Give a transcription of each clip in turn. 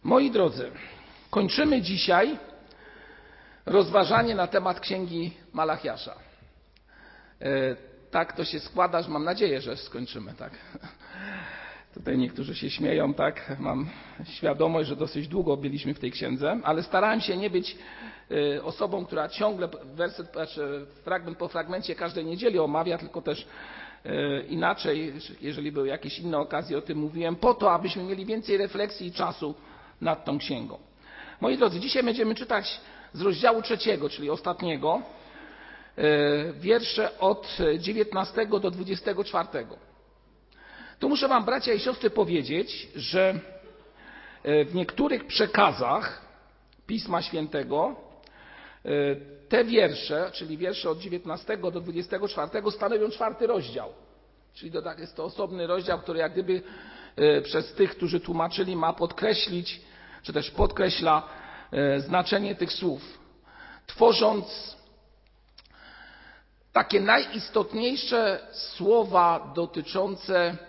Moi drodzy, kończymy dzisiaj rozważanie na temat Księgi Malachiasza. Tak to się składa, że mam nadzieję, że skończymy, tak? Tutaj niektórzy się śmieją, tak? Mam świadomość, że dosyć długo byliśmy w tej księdze, ale starałem się nie być osobą, która ciągle fragment po fragmencie każdej niedzieli omawia, tylko też inaczej, jeżeli były jakieś inne okazje, o tym mówiłem, po to, abyśmy mieli więcej refleksji i czasu nad tą księgą. Moi drodzy, dzisiaj będziemy czytać z rozdziału 3, czyli ostatniego, wiersze od 19 do 24. Tu muszę wam, bracia i siostry, powiedzieć, że w niektórych przekazach Pisma Świętego te wiersze, czyli wiersze od 19 do 24 stanowią 4 rozdział. Czyli jest to osobny rozdział, który jak gdyby przez tych, którzy tłumaczyli, ma podkreślić, czy też podkreśla znaczenie tych słów, tworząc takie najistotniejsze słowa dotyczące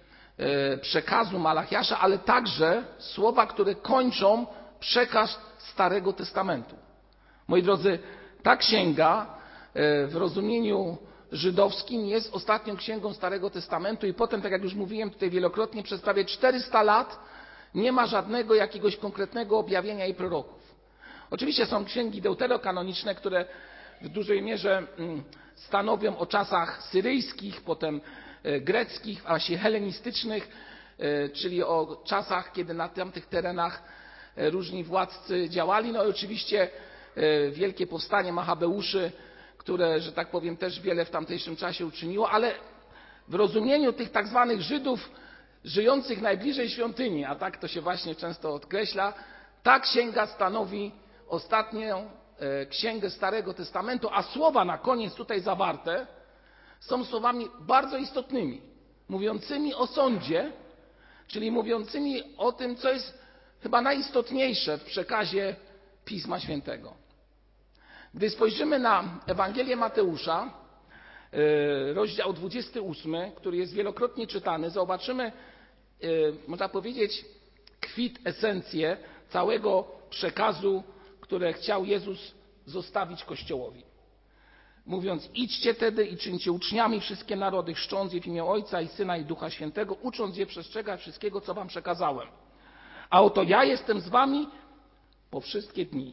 przekazu Malachiasza, ale także słowa, które kończą przekaz Starego Testamentu. Moi drodzy, ta księga w rozumieniu żydowskim jest ostatnią księgą Starego Testamentu i potem, tak jak już mówiłem tutaj wielokrotnie, przez prawie 400 lat nie ma żadnego jakiegoś konkretnego objawienia i proroków. Oczywiście są księgi deuterokanoniczne, które w dużej mierze stanowią o czasach syryjskich, potem greckich, a właściwie helenistycznych, czyli o czasach, kiedy na tamtych terenach różni władcy działali. No i oczywiście wielkie powstanie Machabeuszy, które, że tak powiem, też wiele w tamtejszym czasie uczyniło, ale w rozumieniu tych tak zwanych Żydów żyjących najbliżej świątyni, a tak to się właśnie często podkreśla, ta księga stanowi ostatnią księgę Starego Testamentu, a słowa na koniec tutaj zawarte są słowami bardzo istotnymi, mówiącymi o sądzie, czyli mówiącymi o tym, co jest chyba najistotniejsze w przekazie Pisma Świętego. Gdy spojrzymy na Ewangelię Mateusza, rozdział 28, który jest wielokrotnie czytany, zobaczymy, można powiedzieć, kwit, esencję całego przekazu, które chciał Jezus zostawić Kościołowi. Mówiąc, idźcie tedy i czyńcie uczniami wszystkie narody, chrzcząc je w imię Ojca i Syna i Ducha Świętego, ucząc je przestrzegać wszystkiego, co wam przekazałem. A oto ja jestem z wami po wszystkie dni,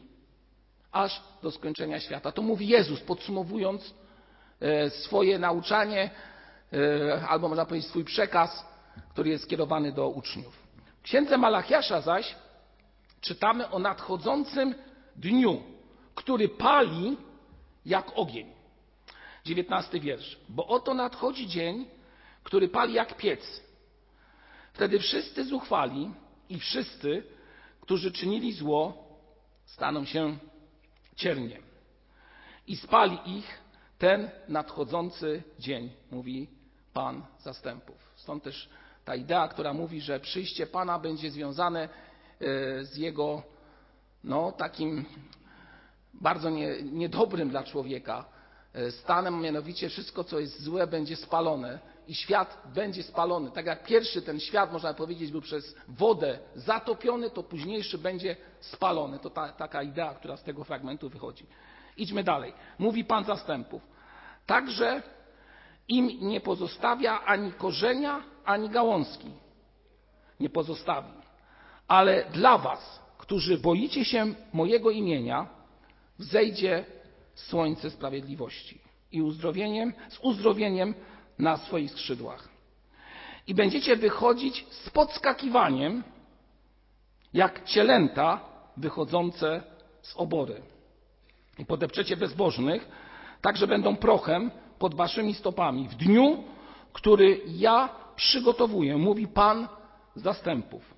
aż do skończenia świata. To mówi Jezus, podsumowując swoje nauczanie, albo można powiedzieć swój przekaz, który jest skierowany do uczniów. W księdze Malachiasza zaś czytamy o nadchodzącym dniu, który pali jak ogień. 19 wiersz. Bo oto nadchodzi dzień, który pali jak piec. Wtedy wszyscy zuchwali i wszyscy, którzy czynili zło, staną się cierniem. I spali ich ten nadchodzący dzień, mówi Pan zastępów. Stąd też ta idea, która mówi, że przyjście Pana będzie związane z Jego takim bardzo niedobrym dla człowieka stanem, mianowicie wszystko, co jest złe, będzie spalone i świat będzie spalony. Tak jak pierwszy ten świat, można powiedzieć, był przez wodę zatopiony, to późniejszy będzie spalony. To taka idea, która z tego fragmentu wychodzi. Idźmy dalej. Mówi Pan zastępów. Także im nie pozostawia ani korzenia, ani gałązki. Nie pozostawi. Ale dla was, którzy boicie się mojego imienia, wzejdzie słońce sprawiedliwości i z uzdrowieniem na swoich skrzydłach. I będziecie wychodzić z podskakiwaniem, jak cielęta wychodzące z obory. I podepczecie bezbożnych, tak że będą prochem pod waszymi stopami w dniu, który ja przygotowuję, mówi Pan zastępów.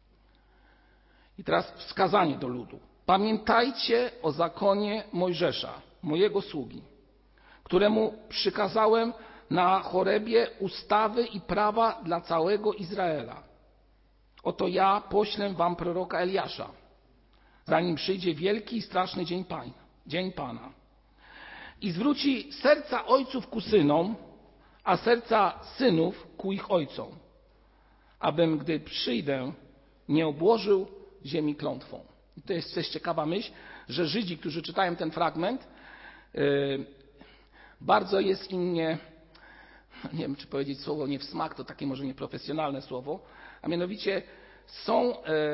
I teraz wskazanie do ludu. Pamiętajcie o zakonie Mojżesza, mojego sługi, któremu przykazałem na Chorebie ustawy i prawa dla całego Izraela. Oto ja poślę wam proroka Eliasza, zanim przyjdzie wielki i straszny dzień Pana. I zwróci serca ojców ku synom, a serca synów ku ich ojcom, abym, gdy przyjdę, nie obłożył ziemi klątwą. I to jest też ciekawa myśl, że Żydzi, którzy czytają ten fragment, bardzo jest im nie wiem, czy powiedzieć słowo nie w smak, to takie może nieprofesjonalne słowo, a mianowicie są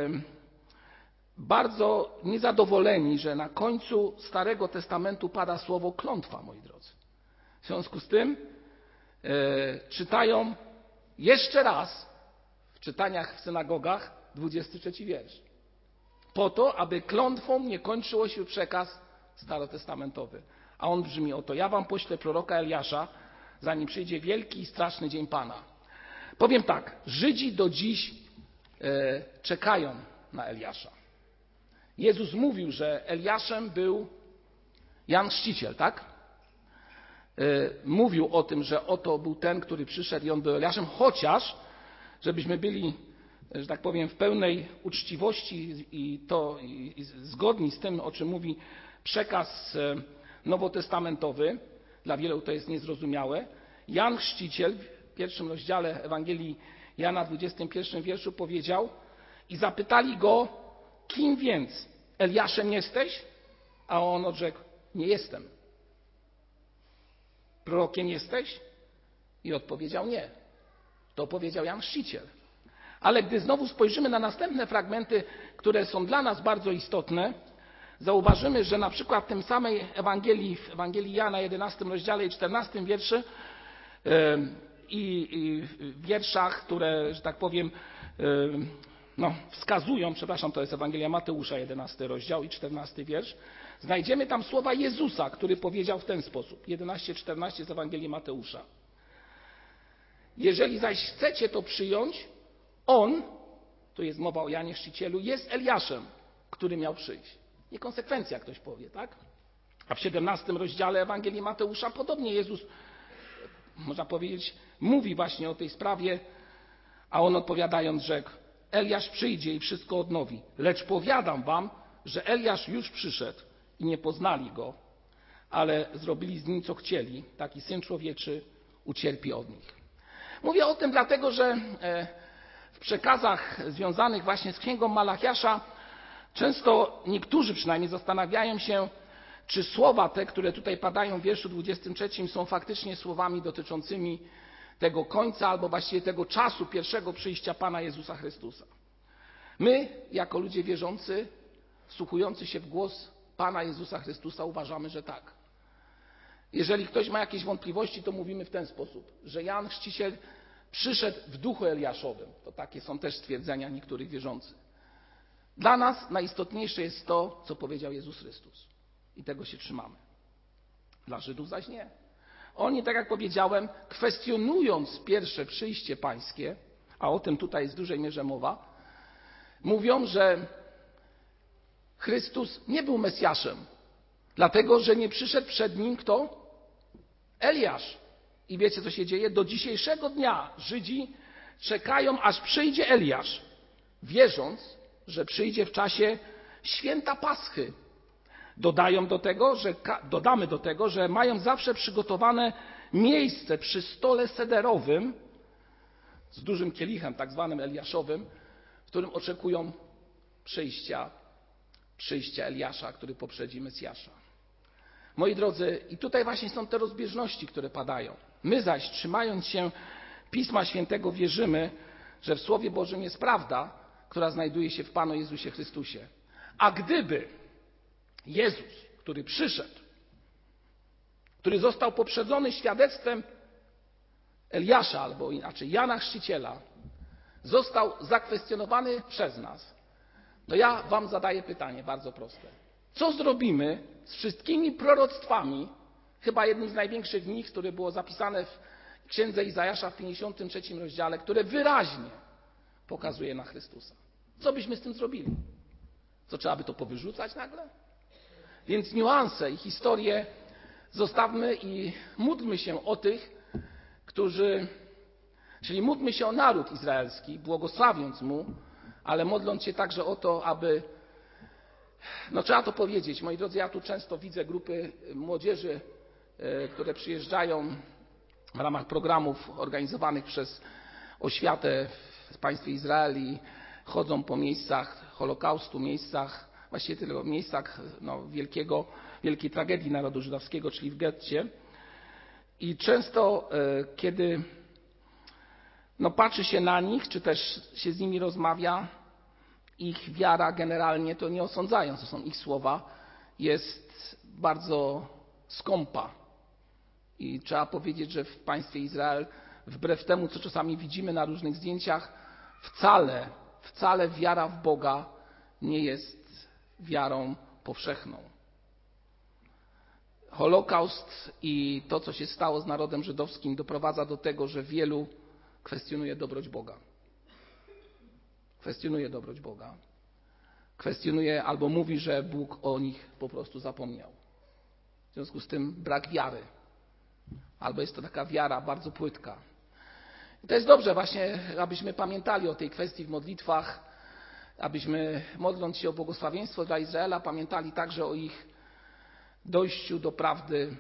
bardzo niezadowoleni, że na końcu Starego Testamentu pada słowo klątwa, moi drodzy. W związku z tym czytają jeszcze raz w czytaniach w synagogach 23 wiersz. Po to, aby klątwą nie kończyło się przekaz starotestamentowy. A on brzmi oto: ja wam poślę proroka Eliasza, zanim przyjdzie wielki i straszny dzień Pana. Powiem tak, Żydzi do dziś czekają na Eliasza. Jezus mówił, że Eliaszem był Jan Chrzciciel, tak? Mówił o tym, że oto był ten, który przyszedł i on był Eliaszem, chociaż, żebyśmy byli, że tak powiem, w pełnej uczciwości i zgodni z tym, o czym mówi przekaz nowotestamentowy, dla wielu to jest niezrozumiałe, Jan Chrzciciel w pierwszym rozdziale Ewangelii Jana, 21 wierszu powiedział i zapytali go, kim więc? Eliaszem jesteś? A on odrzekł, nie jestem. Prorokiem jesteś? I odpowiedział nie. To powiedział Jan Chrzciciel. Ale gdy znowu spojrzymy na następne fragmenty, które są dla nas bardzo istotne, zauważymy, że na przykład w tym samej Ewangelii, w Ewangelii Jana, 11 rozdziale i 14 wierszy i w wierszach, które, że tak powiem, wskazują, to jest Ewangelia Mateusza, 11 rozdział i 14 wiersz, znajdziemy tam słowa Jezusa, który powiedział w ten sposób, 11:14 z Ewangelii Mateusza. Jeżeli zaś chcecie to przyjąć, on, tu jest mowa o Janie Chrzcicielu, jest Eliaszem, który miał przyjść. Niekonsekwencja, ktoś powie, tak? A w 17 rozdziale Ewangelii Mateusza podobnie Jezus, można powiedzieć, mówi właśnie o tej sprawie, a on odpowiadając rzekł, Eliasz przyjdzie i wszystko odnowi, lecz powiadam wam, że Eliasz już przyszedł i nie poznali go, ale zrobili z nim co chcieli, taki Syn Człowieczy ucierpi od nich. Mówię o tym dlatego, że w przekazach związanych właśnie z Księgą Malachiasza często niektórzy przynajmniej zastanawiają się, czy słowa te, które tutaj padają w wierszu 23 są faktycznie słowami dotyczącymi tego końca albo właściwie tego czasu pierwszego przyjścia Pana Jezusa Chrystusa. My, jako ludzie wierzący, wsłuchujący się w głos Pana Jezusa Chrystusa, uważamy, że tak. Jeżeli ktoś ma jakieś wątpliwości, to mówimy w ten sposób, że Jan Chrzciciel przyszedł w duchu Eliaszowym. To takie są też stwierdzenia niektórych wierzących. Dla nas najistotniejsze jest to, co powiedział Jezus Chrystus. I tego się trzymamy. Dla Żydów zaś nie. Oni, tak jak powiedziałem, kwestionując pierwsze przyjście pańskie, a o tym tutaj jest w dużej mierze mowa, mówią, że Chrystus nie był Mesjaszem, dlatego że nie przyszedł przed nim kto? Eliasz. I wiecie, co się dzieje? Do dzisiejszego dnia Żydzi czekają, aż przyjdzie Eliasz, wierząc, że przyjdzie w czasie święta Paschy. Dodamy do tego, że mają zawsze przygotowane miejsce przy stole sederowym z dużym kielichem, tak zwanym Eliaszowym, w którym oczekują przyjścia Eliasza, który poprzedzi Mesjasza. Moi drodzy, i tutaj właśnie są te rozbieżności, które padają. My zaś, trzymając się Pisma Świętego, wierzymy, że w Słowie Bożym jest prawda, która znajduje się w Panu Jezusie Chrystusie. A gdyby Jezus, który przyszedł, który został poprzedzony świadectwem Eliasza, albo inaczej Jana Chrzciciela, został zakwestionowany przez nas, to ja wam zadaję pytanie bardzo proste. Co zrobimy z wszystkimi proroctwami, chyba jednym z największych z nich, które było zapisane w Księdze Izajasza w 53 rozdziale, które wyraźnie pokazuje na Chrystusa? Co byśmy z tym zrobili? Co, trzeba by to powyrzucać nagle? Więc niuanse i historie zostawmy i módlmy się o tych, czyli módlmy się o naród izraelski, błogosławiąc mu, ale modląc się także o to, aby, trzeba to powiedzieć, moi drodzy, ja tu często widzę grupy młodzieży, które przyjeżdżają w ramach programów organizowanych przez Oświatę w państwie Izraeli chodzą po miejscach Holokaustu, właściwie tylko miejscach wielkiej tragedii narodu żydowskiego, czyli w getcie. I często, kiedy patrzy się na nich, czy też się z nimi rozmawia, ich wiara generalnie, to nie osądzając, to są ich słowa, jest bardzo skąpa. I trzeba powiedzieć, że w państwie Izrael, wbrew temu, co czasami widzimy na różnych zdjęciach, wcale wiara w Boga nie jest wiarą powszechną. Holokaust i to, co się stało z narodem żydowskim, doprowadza do tego, że wielu kwestionuje dobroć Boga. Kwestionuje albo mówi, że Bóg o nich po prostu zapomniał. W związku z tym brak wiary. Albo jest to taka wiara bardzo płytka. I to jest dobrze właśnie, abyśmy pamiętali o tej kwestii w modlitwach, abyśmy, modląc się o błogosławieństwo dla Izraela, pamiętali także o ich dojściu do prawdy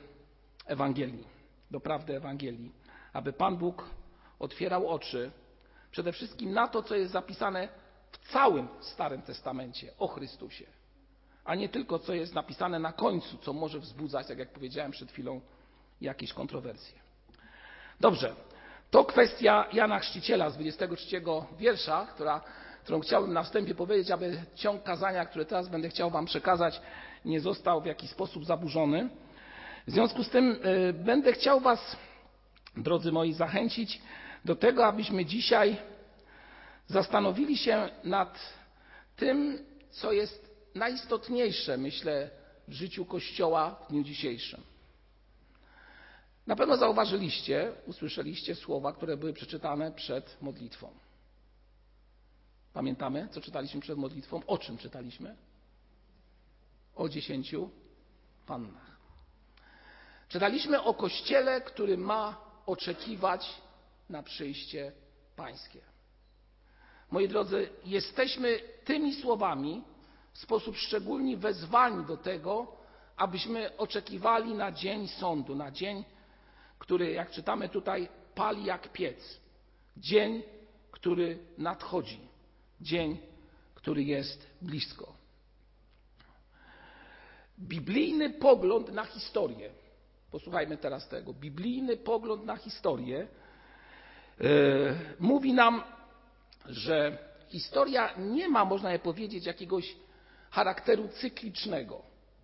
Ewangelii. Aby Pan Bóg otwierał oczy przede wszystkim na to, co jest zapisane w całym Starym Testamencie o Chrystusie, a nie tylko co jest napisane na końcu, co może wzbudzać, tak jak powiedziałem przed chwilą, jakieś kontrowersje. Dobrze, to kwestia Jana Chrzciciela z 23 wiersza, którą chciałbym na wstępie powiedzieć, aby ciąg kazania, które teraz będę chciał wam przekazać, nie został w jakiś sposób zaburzony. W związku z tym będę chciał was, drodzy moi, zachęcić do tego, abyśmy dzisiaj zastanowili się nad tym, co jest najistotniejsze, myślę, w życiu Kościoła w dniu dzisiejszym. Na pewno usłyszeliście słowa, które były przeczytane przed modlitwą. Pamiętamy, co czytaliśmy przed modlitwą? O czym czytaliśmy? O 10 pannach. Czytaliśmy o Kościele, który ma oczekiwać na przyjście Pańskie. Moi drodzy, jesteśmy tymi słowami w sposób szczególny wezwani do tego, abyśmy oczekiwali na dzień sądu, na dzień, który, jak czytamy tutaj, pali jak piec. Dzień, który nadchodzi. Dzień, który jest blisko. Biblijny pogląd na historię. Posłuchajmy teraz tego. Biblijny pogląd na historię mówi nam, że historia nie ma, można je powiedzieć, jakiegoś charakteru cyklicznego.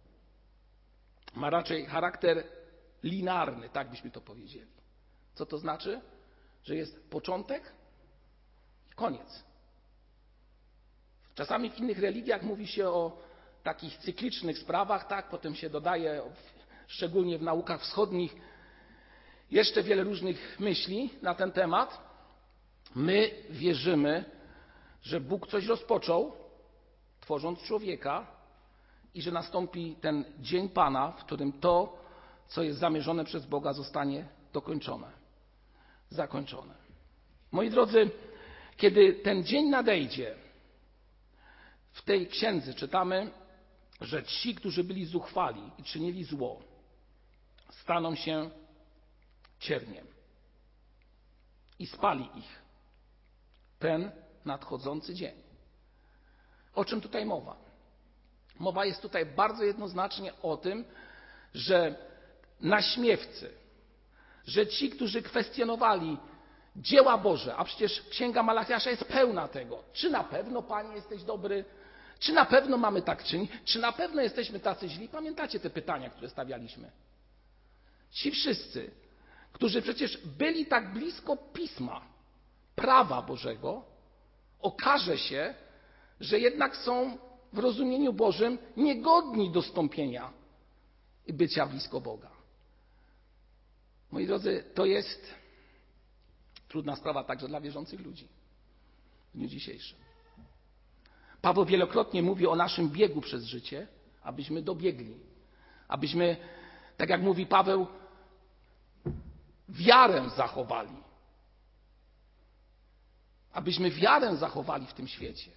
Ma raczej charakter linearny, tak byśmy to powiedzieli. Co to znaczy? Że jest początek i koniec. Czasami w innych religiach mówi się o takich cyklicznych sprawach, tak, potem się dodaje, szczególnie w naukach wschodnich, jeszcze wiele różnych myśli na ten temat. My wierzymy, że Bóg coś rozpoczął, tworząc człowieka, i że nastąpi ten dzień Pana, w którym to, co jest zamierzone przez Boga, zostanie dokończone, zakończone. Moi drodzy, kiedy ten dzień nadejdzie, w tej księdze czytamy, że ci, którzy byli zuchwali i czynili zło, staną się cierniem i spali ich ten nadchodzący dzień. O czym tutaj mowa? Mowa jest tutaj bardzo jednoznacznie o tym, że naśmiewcy, że ci, którzy kwestionowali dzieła Boże, a przecież Księga Malachiasza jest pełna tego. Czy na pewno, Panie, jesteś dobry? Czy na pewno mamy tak czynić? Czy na pewno jesteśmy tacy źli? Pamiętacie te pytania, które stawialiśmy? Ci wszyscy, którzy przecież byli tak blisko Pisma, prawa Bożego, okaże się, że jednak są w rozumieniu Bożym niegodni dostąpienia i bycia blisko Boga. Moi drodzy, to jest trudna sprawa także dla wierzących ludzi w dniu dzisiejszym. Paweł wielokrotnie mówi o naszym biegu przez życie, abyśmy dobiegli. Abyśmy, tak jak mówi Paweł, wiarę zachowali. Abyśmy wiarę zachowali w tym świecie.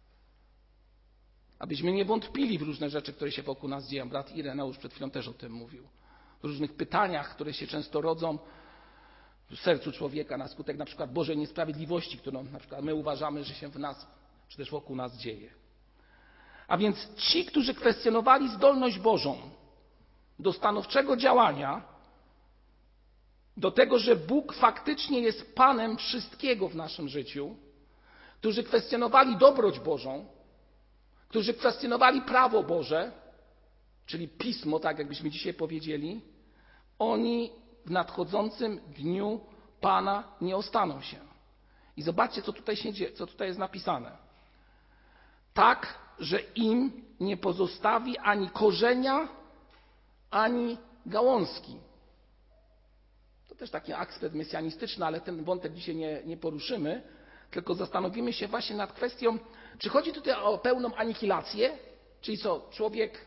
Abyśmy nie wątpili w różne rzeczy, które się wokół nas dzieją. Brat Ireneusz przed chwilą też o tym mówił. W różnych pytaniach, które się często rodzą w sercu człowieka na skutek na przykład Bożej niesprawiedliwości, którą na przykład my uważamy, że się w nas czy też wokół nas dzieje. A więc ci, którzy kwestionowali zdolność Bożą do stanowczego działania, do tego, że Bóg faktycznie jest Panem wszystkiego w naszym życiu, którzy kwestionowali dobroć Bożą, którzy kwestionowali prawo Boże, czyli Pismo, tak jakbyśmy dzisiaj powiedzieli, oni w nadchodzącym dniu Pana nie ostaną się. I zobaczcie, co tutaj się dzieje, co tutaj jest napisane. Tak, że im nie pozostawi ani korzenia, ani gałązki. To też taki aspekt mesjanistyczny, ale ten wątek dzisiaj nie poruszymy, tylko zastanowimy się właśnie nad kwestią, czy chodzi tutaj o pełną anihilację, czyli co, człowiek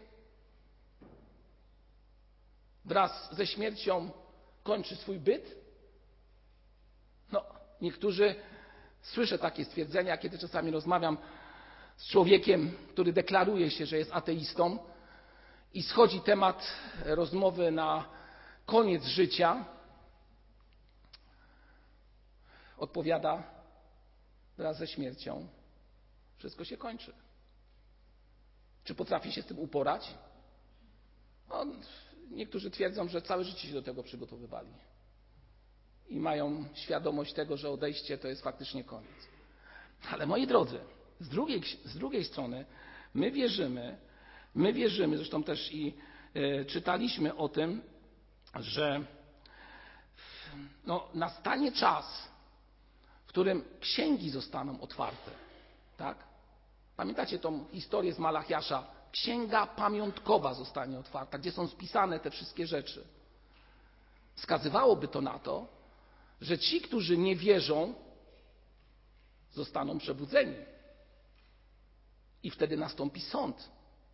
wraz ze śmiercią kończy swój byt? No, niektórzy, słyszę takie stwierdzenia, kiedy czasami rozmawiam z człowiekiem, który deklaruje się, że jest ateistą i schodzi temat rozmowy na koniec życia, odpowiada, wraz ze śmiercią wszystko się kończy. Czy potrafi się z tym uporać? No, niektórzy twierdzą, że całe życie się do tego przygotowywali i mają świadomość tego, że odejście to jest faktycznie koniec. Ale moi drodzy, z drugiej strony my wierzymy, zresztą też i czytaliśmy o tym, że nastanie czas, w którym księgi zostaną otwarte. Tak? Pamiętacie tą historię z Malachiasza? Księga pamiątkowa zostanie otwarta, gdzie są spisane te wszystkie rzeczy. Wskazywałoby to na to, że ci, którzy nie wierzą, zostaną przebudzeni. I wtedy nastąpi sąd.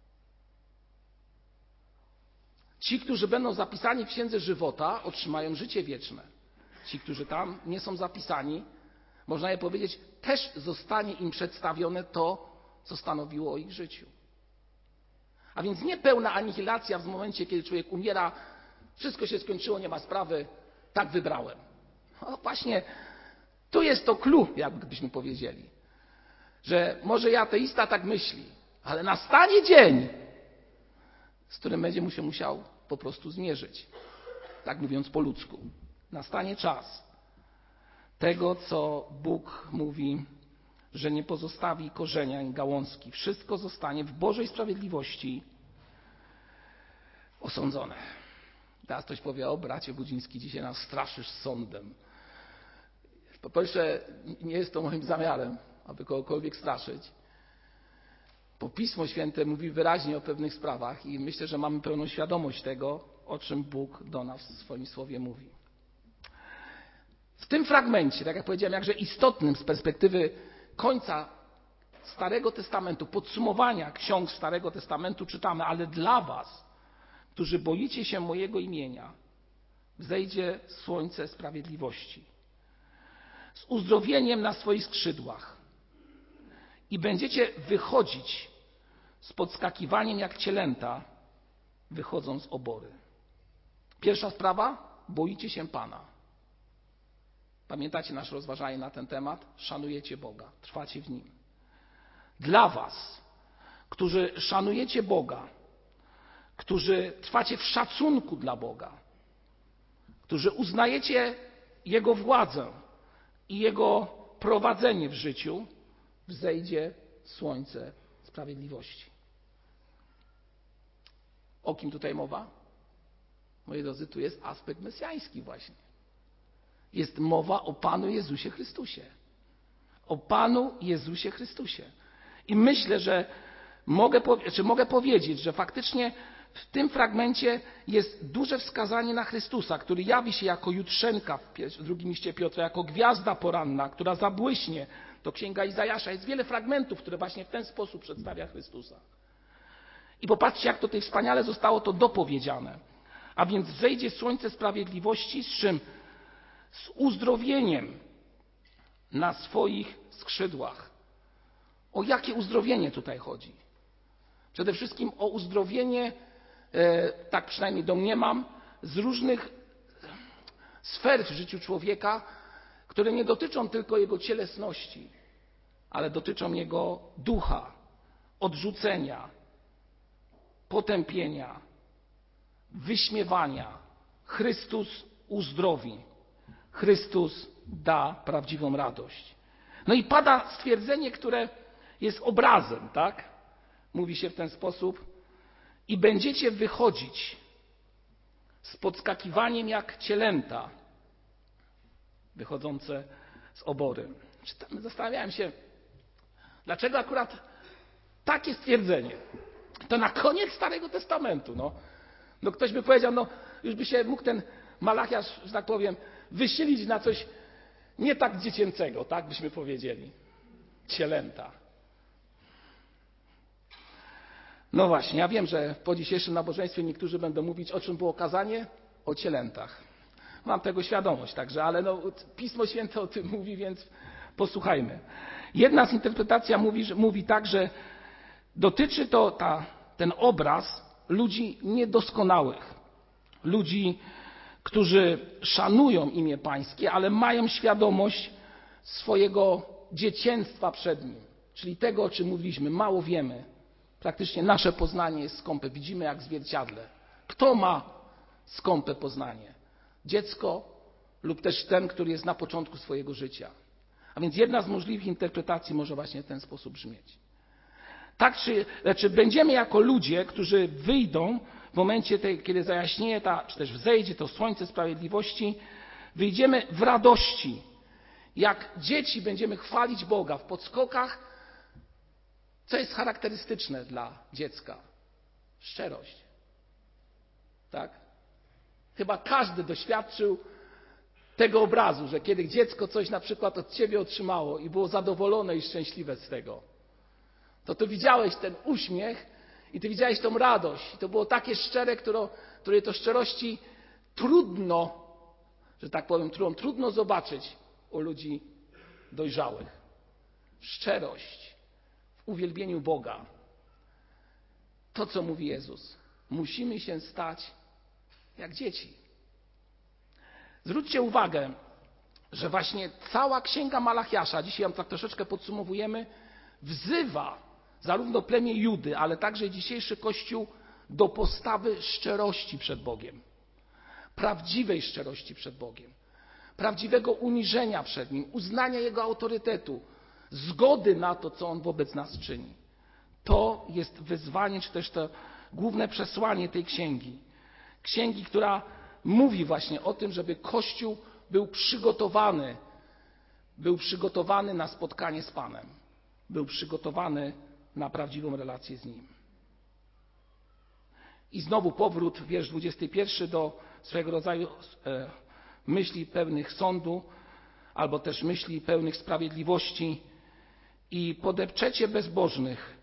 Ci, którzy będą zapisani w Księdze Żywota, otrzymają życie wieczne. Ci, którzy tam nie są zapisani, można je powiedzieć, też zostanie im przedstawione to, co stanowiło o ich życiu. A więc nie pełna anihilacja w momencie, kiedy człowiek umiera, wszystko się skończyło, nie ma sprawy, tak wybrałem. No właśnie, tu jest to clue, jakbyśmy powiedzieli, że może i ateista tak myśli, ale nastanie dzień, z którym będzie się musiał po prostu zmierzyć. Tak mówiąc po ludzku. Nastanie czas tego, co Bóg mówi, że nie pozostawi korzenia ani gałązki. Wszystko zostanie w Bożej sprawiedliwości osądzone. Teraz ktoś powie, o bracie Budziński, dzisiaj nas straszysz sądem. Po pierwsze, nie jest to moim zamiarem, aby kogokolwiek straszyć. Bo Pismo Święte mówi wyraźnie o pewnych sprawach i myślę, że mamy pełną świadomość tego, o czym Bóg do nas w swoim Słowie mówi. W tym fragmencie, tak jak powiedziałem, jakże istotnym z perspektywy końca Starego Testamentu, podsumowania ksiąg Starego Testamentu czytamy, ale dla was, którzy boicie się mojego imienia, wzejdzie słońce sprawiedliwości z uzdrowieniem na swoich skrzydłach i będziecie wychodzić z podskakiwaniem jak cielęta wychodzą z obory. Pierwsza sprawa, boicie się Pana. Pamiętacie nasze rozważanie na ten temat? Szanujecie Boga, trwacie w Nim. Dla was, którzy szanujecie Boga, którzy trwacie w szacunku dla Boga, którzy uznajecie Jego władzę i Jego prowadzenie w życiu, wzejdzie słońce sprawiedliwości. O kim tutaj mowa? Moi drodzy, tu jest aspekt mesjański właśnie. Jest mowa o Panu Jezusie Chrystusie. O Panu Jezusie Chrystusie. I myślę, że mogę powiedzieć, że faktycznie w tym fragmencie jest duże wskazanie na Chrystusa, który jawi się jako jutrzenka w drugim liście Piotra, jako gwiazda poranna, która zabłyśnie. To Księga Izajasza. Jest wiele fragmentów, które właśnie w ten sposób przedstawia Chrystusa. I popatrzcie, jak tutaj wspaniale zostało to dopowiedziane. A więc zejdzie słońce sprawiedliwości z czym? Z uzdrowieniem na swoich skrzydłach. O jakie uzdrowienie tutaj chodzi? Przede wszystkim o uzdrowienie, tak przynajmniej domniemam, z różnych sfer w życiu człowieka, które nie dotyczą tylko jego cielesności, ale dotyczą jego ducha, odrzucenia, potępienia, wyśmiewania. Chrystus uzdrowi. Chrystus da prawdziwą radość. No i pada stwierdzenie, które jest obrazem, tak? Mówi się w ten sposób: i będziecie wychodzić z podskakiwaniem jak cielęta wychodzące z obory. Zastanawiałem się, dlaczego akurat takie stwierdzenie. To na koniec Starego Testamentu. No ktoś by powiedział, już by się mógł ten Malachiasz, że tak powiem, wysilić na coś nie tak dziecięcego, tak byśmy powiedzieli. Cielęta. No właśnie, ja wiem, że po dzisiejszym nabożeństwie niektórzy będą mówić, o czym było kazanie? O cielętach. Mam tego świadomość także, ale Pismo Święte o tym mówi, więc posłuchajmy. Jedna z interpretacji mówi tak, że dotyczy to ten obraz ludzi niedoskonałych. Ludzi, którzy szanują imię Pańskie, ale mają świadomość swojego dzieciństwa przed Nim. Czyli tego, o czym mówiliśmy, mało wiemy. Praktycznie nasze poznanie jest skąpe. Widzimy jak w zwierciadle. Kto ma skąpe poznanie? Dziecko lub też ten, który jest na początku swojego życia. A więc jedna z możliwych interpretacji może właśnie w ten sposób brzmieć. Tak czy będziemy jako ludzie, którzy wyjdą w momencie, kiedy zajaśnieje czy też wzejdzie to słońce sprawiedliwości, wyjdziemy w radości. Jak dzieci będziemy chwalić Boga w podskokach, co jest charakterystyczne dla dziecka? Szczerość. Tak? Chyba każdy doświadczył tego obrazu, że kiedy dziecko coś na przykład od ciebie otrzymało i było zadowolone i szczęśliwe z tego, to ty widziałeś ten uśmiech i ty widziałeś tą radość. I to było takie szczere, której to szczerości trudno, że tak powiem, trudno zobaczyć u ludzi dojrzałych. Szczerość w uwielbieniu Boga. To, co mówi Jezus. Musimy się stać jak dzieci. Zwróćcie uwagę, że właśnie cała księga Malachiasza, dzisiaj ją tak troszeczkę podsumowujemy, wzywa zarówno plemię Judy, ale także dzisiejszy Kościół do postawy szczerości przed Bogiem. Prawdziwej szczerości przed Bogiem. Prawdziwego uniżenia przed Nim, uznania Jego autorytetu, zgody na to, co On wobec nas czyni. To jest wyzwanie, czy też to główne przesłanie tej księgi. Księgi, która mówi właśnie o tym, żeby Kościół był przygotowany na spotkanie z Panem. Był przygotowany na prawdziwą relację z Nim. I znowu powrót, wiersz 21, do swego rodzaju myśli pełnych sądu, albo też myśli pełnych sprawiedliwości. I podepczecie bezbożnych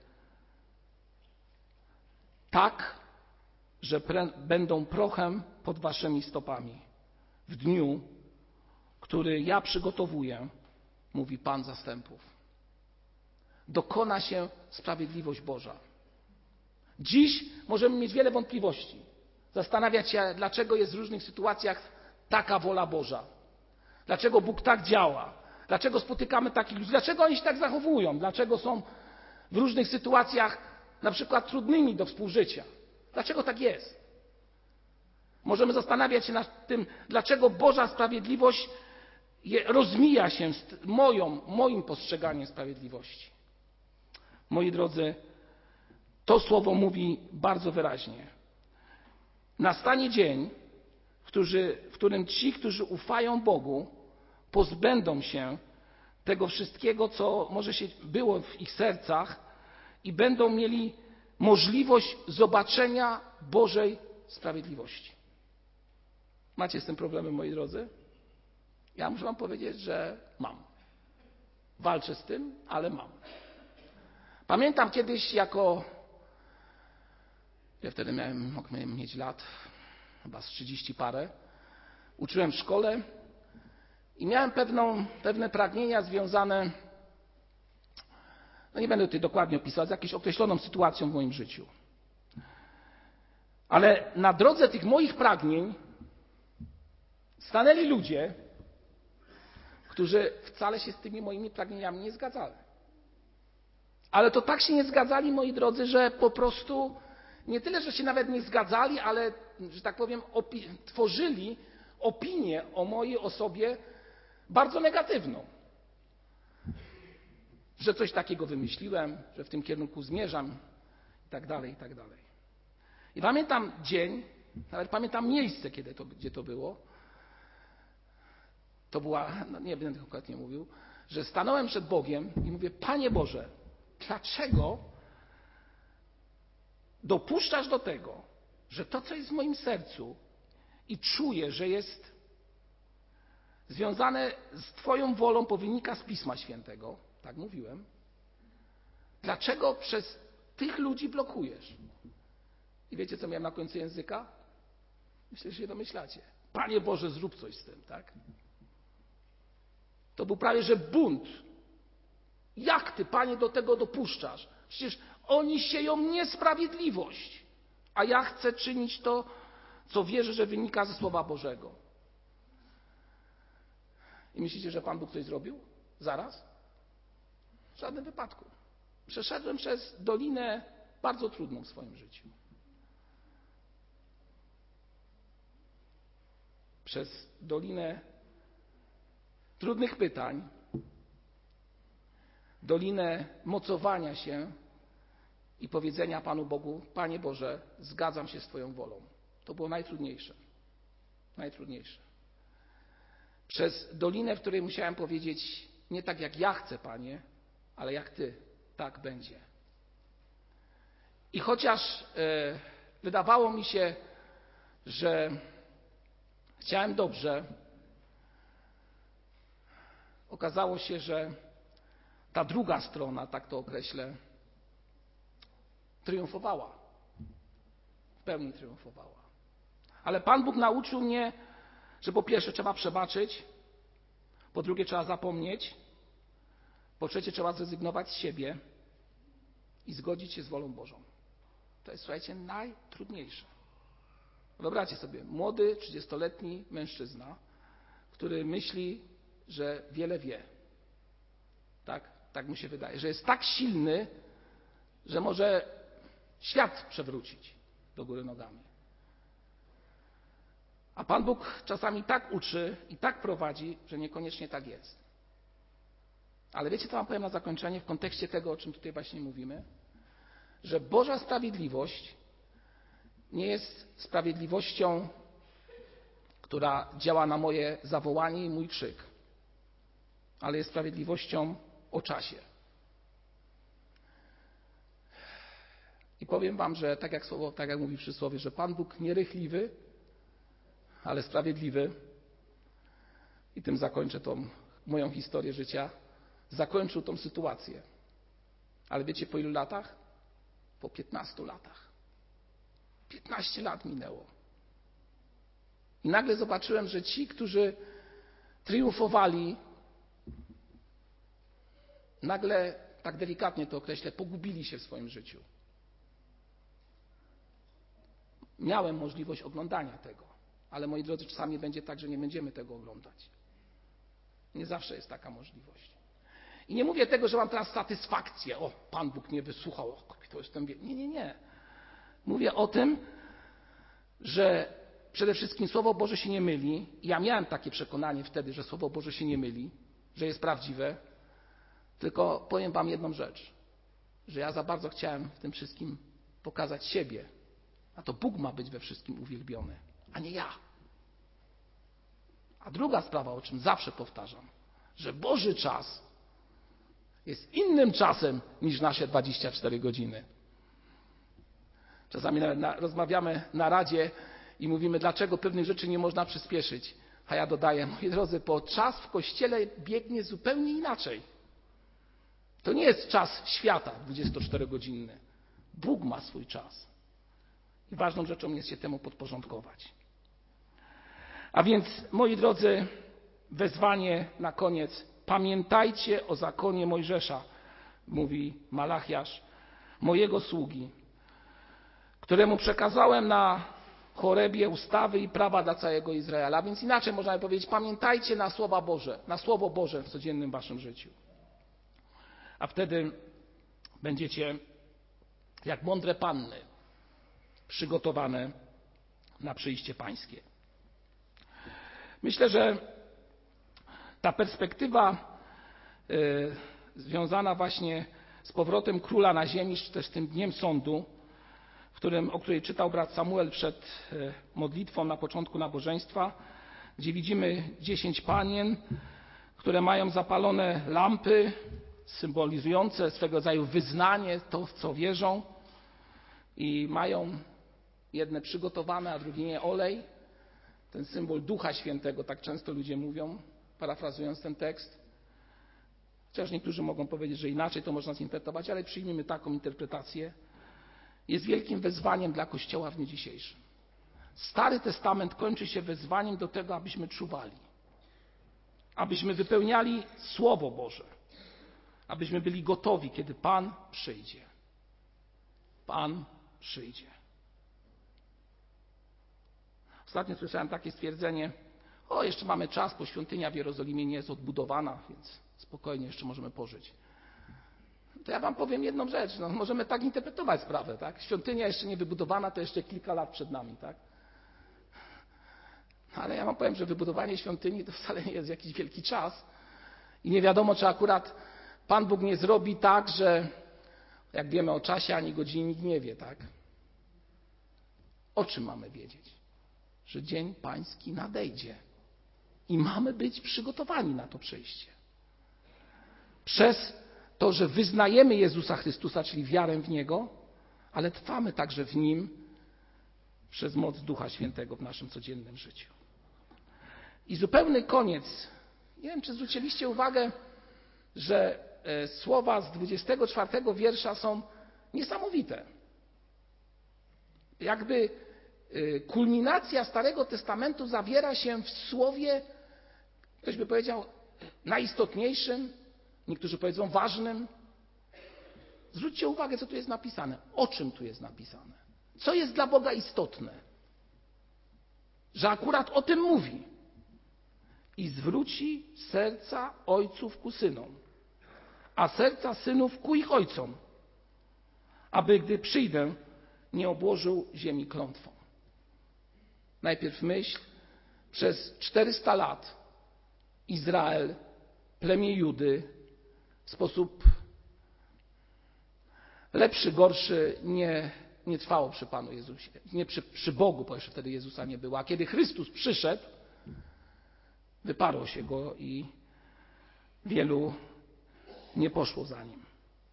tak, że będą prochem pod waszymi stopami. W dniu, który ja przygotowuję, mówi Pan zastępów. Dokona się sprawiedliwość Boża. Dziś możemy mieć wiele wątpliwości. Zastanawiać się, dlaczego jest w różnych sytuacjach taka wola Boża. Dlaczego Bóg tak działa. Dlaczego spotykamy takich ludzi. Dlaczego oni się tak zachowują. Dlaczego są w różnych sytuacjach na przykład trudnymi do współżycia. Dlaczego tak jest? Możemy zastanawiać się nad tym, dlaczego Boża sprawiedliwość rozmija się z moim postrzeganiem sprawiedliwości. Moi drodzy, to słowo mówi bardzo wyraźnie. Nastanie dzień, w którym ci, którzy ufają Bogu, pozbędą się tego wszystkiego, co może się było w ich sercach i będą mieli możliwość zobaczenia Bożej sprawiedliwości. Macie z tym problemy, moi drodzy? Ja muszę wam powiedzieć, że mam. Walczę z tym, ale mam. Pamiętam kiedyś ja wtedy mogłem mieć lat, chyba z 30 parę, uczyłem w szkole i miałem pewne pragnienia związane, nie będę tutaj dokładnie opisywał, z jakąś określoną sytuacją w moim życiu. Ale na drodze tych moich pragnień stanęli ludzie, którzy wcale się z tymi moimi pragnieniami nie zgadzali. Ale to tak się nie zgadzali, moi drodzy, że po prostu nie tyle, że się nawet nie zgadzali, ale, że tak powiem, tworzyli opinię o mojej osobie bardzo negatywną. Że coś takiego wymyśliłem, że w tym kierunku zmierzam i tak dalej, i tak dalej. I pamiętam dzień, nawet pamiętam miejsce, gdzie to było. To była, no nie będę konkretnie mówił, że stanąłem przed Bogiem i mówię: Panie Boże, dlaczego dopuszczasz do tego, że to, co jest w moim sercu i czuję, że jest związane z Twoją wolą, bo wynika z Pisma Świętego, tak mówiłem, dlaczego przez tych ludzi blokujesz? I wiecie, co miałem na końcu języka? Myślę, że się domyślacie. Panie Boże, zrób coś z tym, tak? To był prawie że bunt. Jak Ty, Panie, do tego dopuszczasz? Przecież oni sieją niesprawiedliwość, a ja chcę czynić to, co wierzę, że wynika ze Słowa Bożego. I myślicie, że Pan Bóg coś zrobił? Zaraz? W żadnym wypadku. Przeszedłem przez dolinę bardzo trudną w swoim życiu. Przez dolinę trudnych pytań, dolinę mocowania się i powiedzenia Panu Bogu: Panie Boże, zgadzam się z Twoją wolą. To było najtrudniejsze. Najtrudniejsze. Przez dolinę, w której musiałem powiedzieć: nie tak jak ja chcę, Panie, ale jak Ty, tak będzie. I chociaż wydawało mi się, że chciałem dobrze, okazało się, że ta druga strona, tak to określę, triumfowała. W pełni triumfowała. Ale Pan Bóg nauczył mnie, że po pierwsze trzeba przebaczyć, po drugie trzeba zapomnieć, po trzecie trzeba zrezygnować z siebie i zgodzić się z wolą Bożą. To jest, słuchajcie, najtrudniejsze. Wyobraźcie sobie, młody, 30-letni mężczyzna, który myśli, że wiele wie. Tak mu się wydaje, że jest tak silny, że może świat przewrócić do góry nogami. A Pan Bóg czasami tak uczy i tak prowadzi, że niekoniecznie tak jest. Ale wiecie, co wam powiem na zakończenie w kontekście tego, o czym tutaj właśnie mówimy? Że Boża sprawiedliwość nie jest sprawiedliwością, która działa na moje zawołanie i mój krzyk, ale jest sprawiedliwością o czasie. I powiem wam, że tak jak mówi przysłowie, że Pan Bóg nierychliwy, ale sprawiedliwy, i tym zakończę tą moją historię życia, zakończył tą sytuację. Ale wiecie, po ilu latach? Po 15 latach. 15 lat minęło. I nagle zobaczyłem, że ci, którzy triumfowali, nagle, tak delikatnie to określę, pogubili się w swoim życiu. Miałem możliwość oglądania tego, ale moi drodzy, czasami będzie tak, że nie będziemy tego oglądać. Nie zawsze jest taka możliwość. I nie mówię tego, że mam teraz satysfakcję. O, Pan Bóg mnie wysłuchał, to jestem... Nie. Mówię o tym, że przede wszystkim Słowo Boże się nie myli. Ja miałem takie przekonanie wtedy, że Słowo Boże się nie myli, że jest prawdziwe. Tylko powiem wam jedną rzecz, że ja za bardzo chciałem w tym wszystkim pokazać siebie. A to Bóg ma być we wszystkim uwielbiony, a nie ja. A druga sprawa, o czym zawsze powtarzam, że Boży czas jest innym czasem niż nasze 24 godziny. Czasami rozmawiamy na radzie i mówimy, dlaczego pewnych rzeczy nie można przyspieszyć. A ja dodaję, moi drodzy, bo czas w Kościele biegnie zupełnie inaczej. To nie jest czas świata 24-godzinny. Bóg ma swój czas. I ważną rzeczą jest się temu podporządkować. A więc, moi drodzy, wezwanie na koniec. Pamiętajcie o zakonie Mojżesza, mówi Malachiasz, mojego sługi, któremu przekazałem na Chorebie ustawy i prawa dla całego Izraela. A więc inaczej można by powiedzieć, pamiętajcie na Słowa Boże, na Słowo Boże w codziennym waszym życiu. A wtedy Będziecie jak mądre panny, przygotowane na przyjście Pańskie. Myślę, że ta perspektywa związana właśnie z powrotem króla na ziemi, czy też tym dniem sądu, o której czytał brat Samuel przed modlitwą na początku nabożeństwa, gdzie widzimy 10 panien, które mają zapalone lampy symbolizujące swego rodzaju wyznanie, to w co wierzą, i mają jedne przygotowane, a drugie nie olej. Ten symbol Ducha Świętego, tak często ludzie mówią, parafrazując ten tekst. Chociaż niektórzy mogą powiedzieć, że inaczej to można zinterpretować, ale przyjmijmy taką interpretację. Jest wielkim wezwaniem dla Kościoła w dniu dzisiejszym. Stary Testament kończy się wezwaniem do tego, abyśmy czuwali, abyśmy wypełniali Słowo Boże, abyśmy byli gotowi, kiedy Pan przyjdzie. Pan przyjdzie. Ostatnio słyszałem takie stwierdzenie: jeszcze mamy czas, bo świątynia w Jerozolimie nie jest odbudowana, więc spokojnie jeszcze możemy pożyć. To ja wam powiem jedną rzecz, możemy tak interpretować sprawę, tak? Świątynia jeszcze nie wybudowana, to jeszcze kilka lat przed nami, tak? Ale ja wam powiem, że wybudowanie świątyni to wcale nie jest jakiś wielki czas i nie wiadomo, czy akurat Pan Bóg nie zrobi tak, że jak wiemy o czasie ani godzinie nikt nie wie, tak? O czym mamy wiedzieć? Że dzień Pański nadejdzie i mamy być przygotowani na to przyjście. Przez to, że wyznajemy Jezusa Chrystusa, czyli wiarę w Niego, ale trwamy także w Nim przez moc Ducha Świętego w naszym codziennym życiu. I zupełny koniec. Nie wiem, czy zwróciliście uwagę, że słowa z 24 wiersza są niesamowite. Jakby kulminacja Starego Testamentu zawiera się w słowie, ktoś by powiedział, najistotniejszym, niektórzy powiedzą ważnym. Zwróćcie uwagę, co tu jest napisane. O czym tu jest napisane? Co jest dla Boga istotne? Że akurat o tym mówi. I zwróci serca ojców ku synom, a serca synów ku ich ojcom, aby gdy przyjdę, nie obłożył ziemi klątwą. Najpierw myśl, przez 400 lat Izrael, plemię Judy, w sposób lepszy, gorszy nie trwało przy Panu Jezusie. Nie przy Bogu, bo jeszcze wtedy Jezusa nie było. A kiedy Chrystus przyszedł, wyparło się Go i wielu nie poszło za Nim.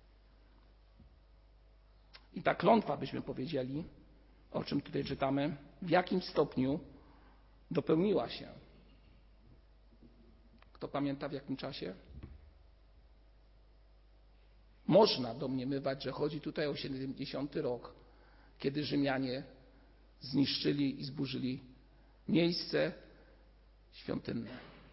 I ta klątwa, byśmy powiedzieli, o czym tutaj czytamy, w jakim stopniu dopełniła się. Kto pamięta, w jakim czasie? Można domniemywać, że chodzi tutaj o 70 rok, kiedy Rzymianie zniszczyli i zburzyli miejsce świątynne.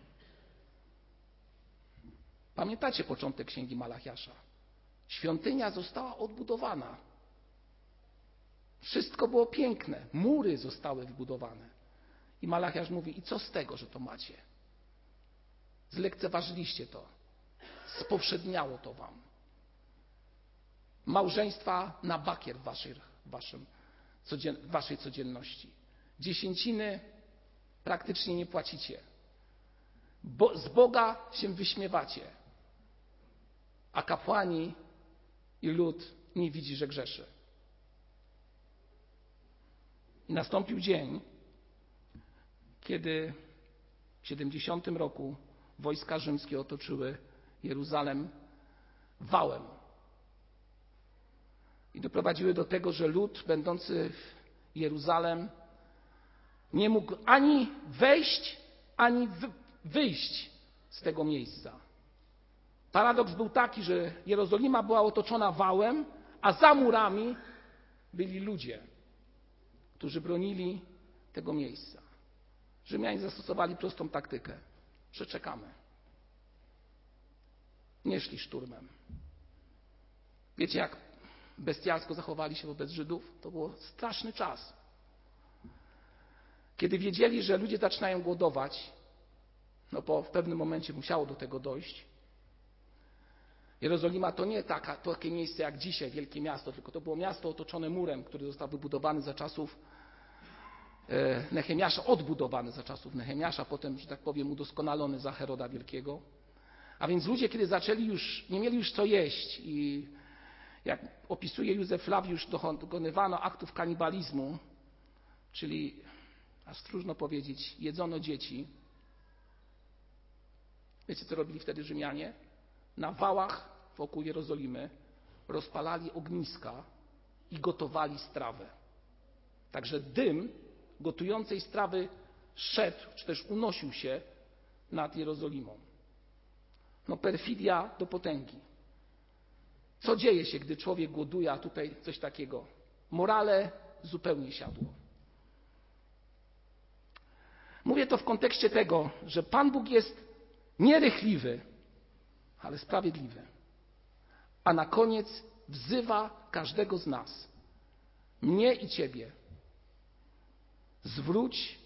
Pamiętacie początek Księgi Malachiasza? Świątynia została odbudowana. Wszystko było piękne. Mury zostały wbudowane. I Malachiasz mówi: i co z tego, że to macie? Zlekceważyliście to. Spowszedniało to wam. Małżeństwa na bakier w waszej codzienności. Dziesięciny praktycznie nie płacicie. Z Boga się wyśmiewacie. A kapłani i lud nie widzi, że grzeszy. I nastąpił dzień, kiedy w 70 roku wojska rzymskie otoczyły Jeruzalem wałem. I doprowadziły do tego, że lud będący w Jeruzalem nie mógł ani wejść, ani wyjść z tego miejsca. Paradoks był taki, że Jerozolima była otoczona wałem, a za murami byli ludzie, którzy bronili tego miejsca. Rzymianie zastosowali prostą taktykę. Przeczekamy. Nie szli szturmem. Wiecie, jak bestialsko zachowali się wobec Żydów? To był straszny czas. Kiedy wiedzieli, że ludzie zaczynają głodować, bo w pewnym momencie musiało do tego dojść, Jerozolima to nie takie miejsce jak dzisiaj, wielkie miasto, tylko to było miasto otoczone murem, który został wybudowany za czasów Nehemiasza, odbudowany za czasów Nehemiasza, potem, że tak powiem, udoskonalony za Heroda Wielkiego. A więc ludzie, kiedy zaczęli już, nie mieli już co jeść i jak opisuje Józef Flawiusz, dokonywano aktów kanibalizmu, czyli, aż trudno powiedzieć, jedzono dzieci. Wiecie, co robili wtedy Rzymianie? Na wałach wokół Jerozolimy rozpalali ogniska i gotowali strawę. Także dym gotującej strawy szedł, czy też unosił się nad Jerozolimą. No perfidia do potęgi. Co dzieje się, gdy człowiek głoduje, a tutaj coś takiego? Morale zupełnie siadło. Mówię to w kontekście tego, że Pan Bóg jest nierychliwy, ale sprawiedliwy. A na koniec wzywa każdego z nas, mnie i Ciebie. Zwróć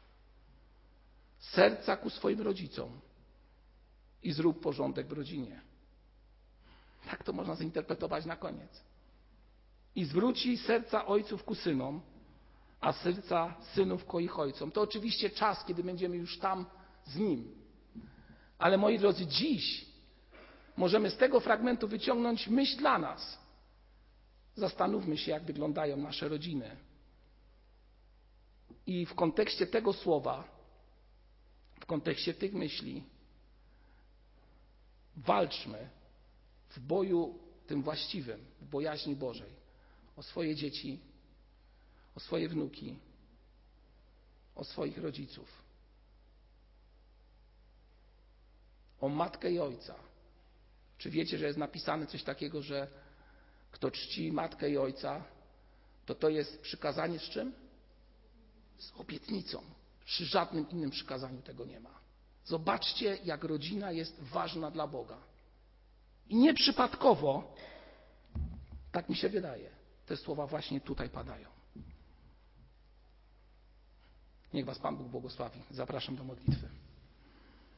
serca ku swoim rodzicom i zrób porządek w rodzinie. Tak to można zinterpretować na koniec. I zwróci serca ojców ku synom, a serca synów ku ich ojcom. To oczywiście czas, kiedy będziemy już tam z Nim. Ale moi drodzy, dziś możemy z tego fragmentu wyciągnąć myśl dla nas. Zastanówmy się, jak wyglądają nasze rodziny. I w kontekście tego słowa, w kontekście tych myśli, walczmy w boju tym właściwym, w bojaźni Bożej, o swoje dzieci, o swoje wnuki, o swoich rodziców, o matkę i ojca. Czy wiecie, że jest napisane coś takiego, że kto czci matkę i ojca, to jest przykazanie z czym? Z obietnicą. Przy żadnym innym przykazaniu tego nie ma. Zobaczcie, jak rodzina jest ważna dla Boga. I nieprzypadkowo, tak mi się wydaje, te słowa właśnie tutaj padają. Niech Was Pan Bóg błogosławi. Zapraszam do modlitwy.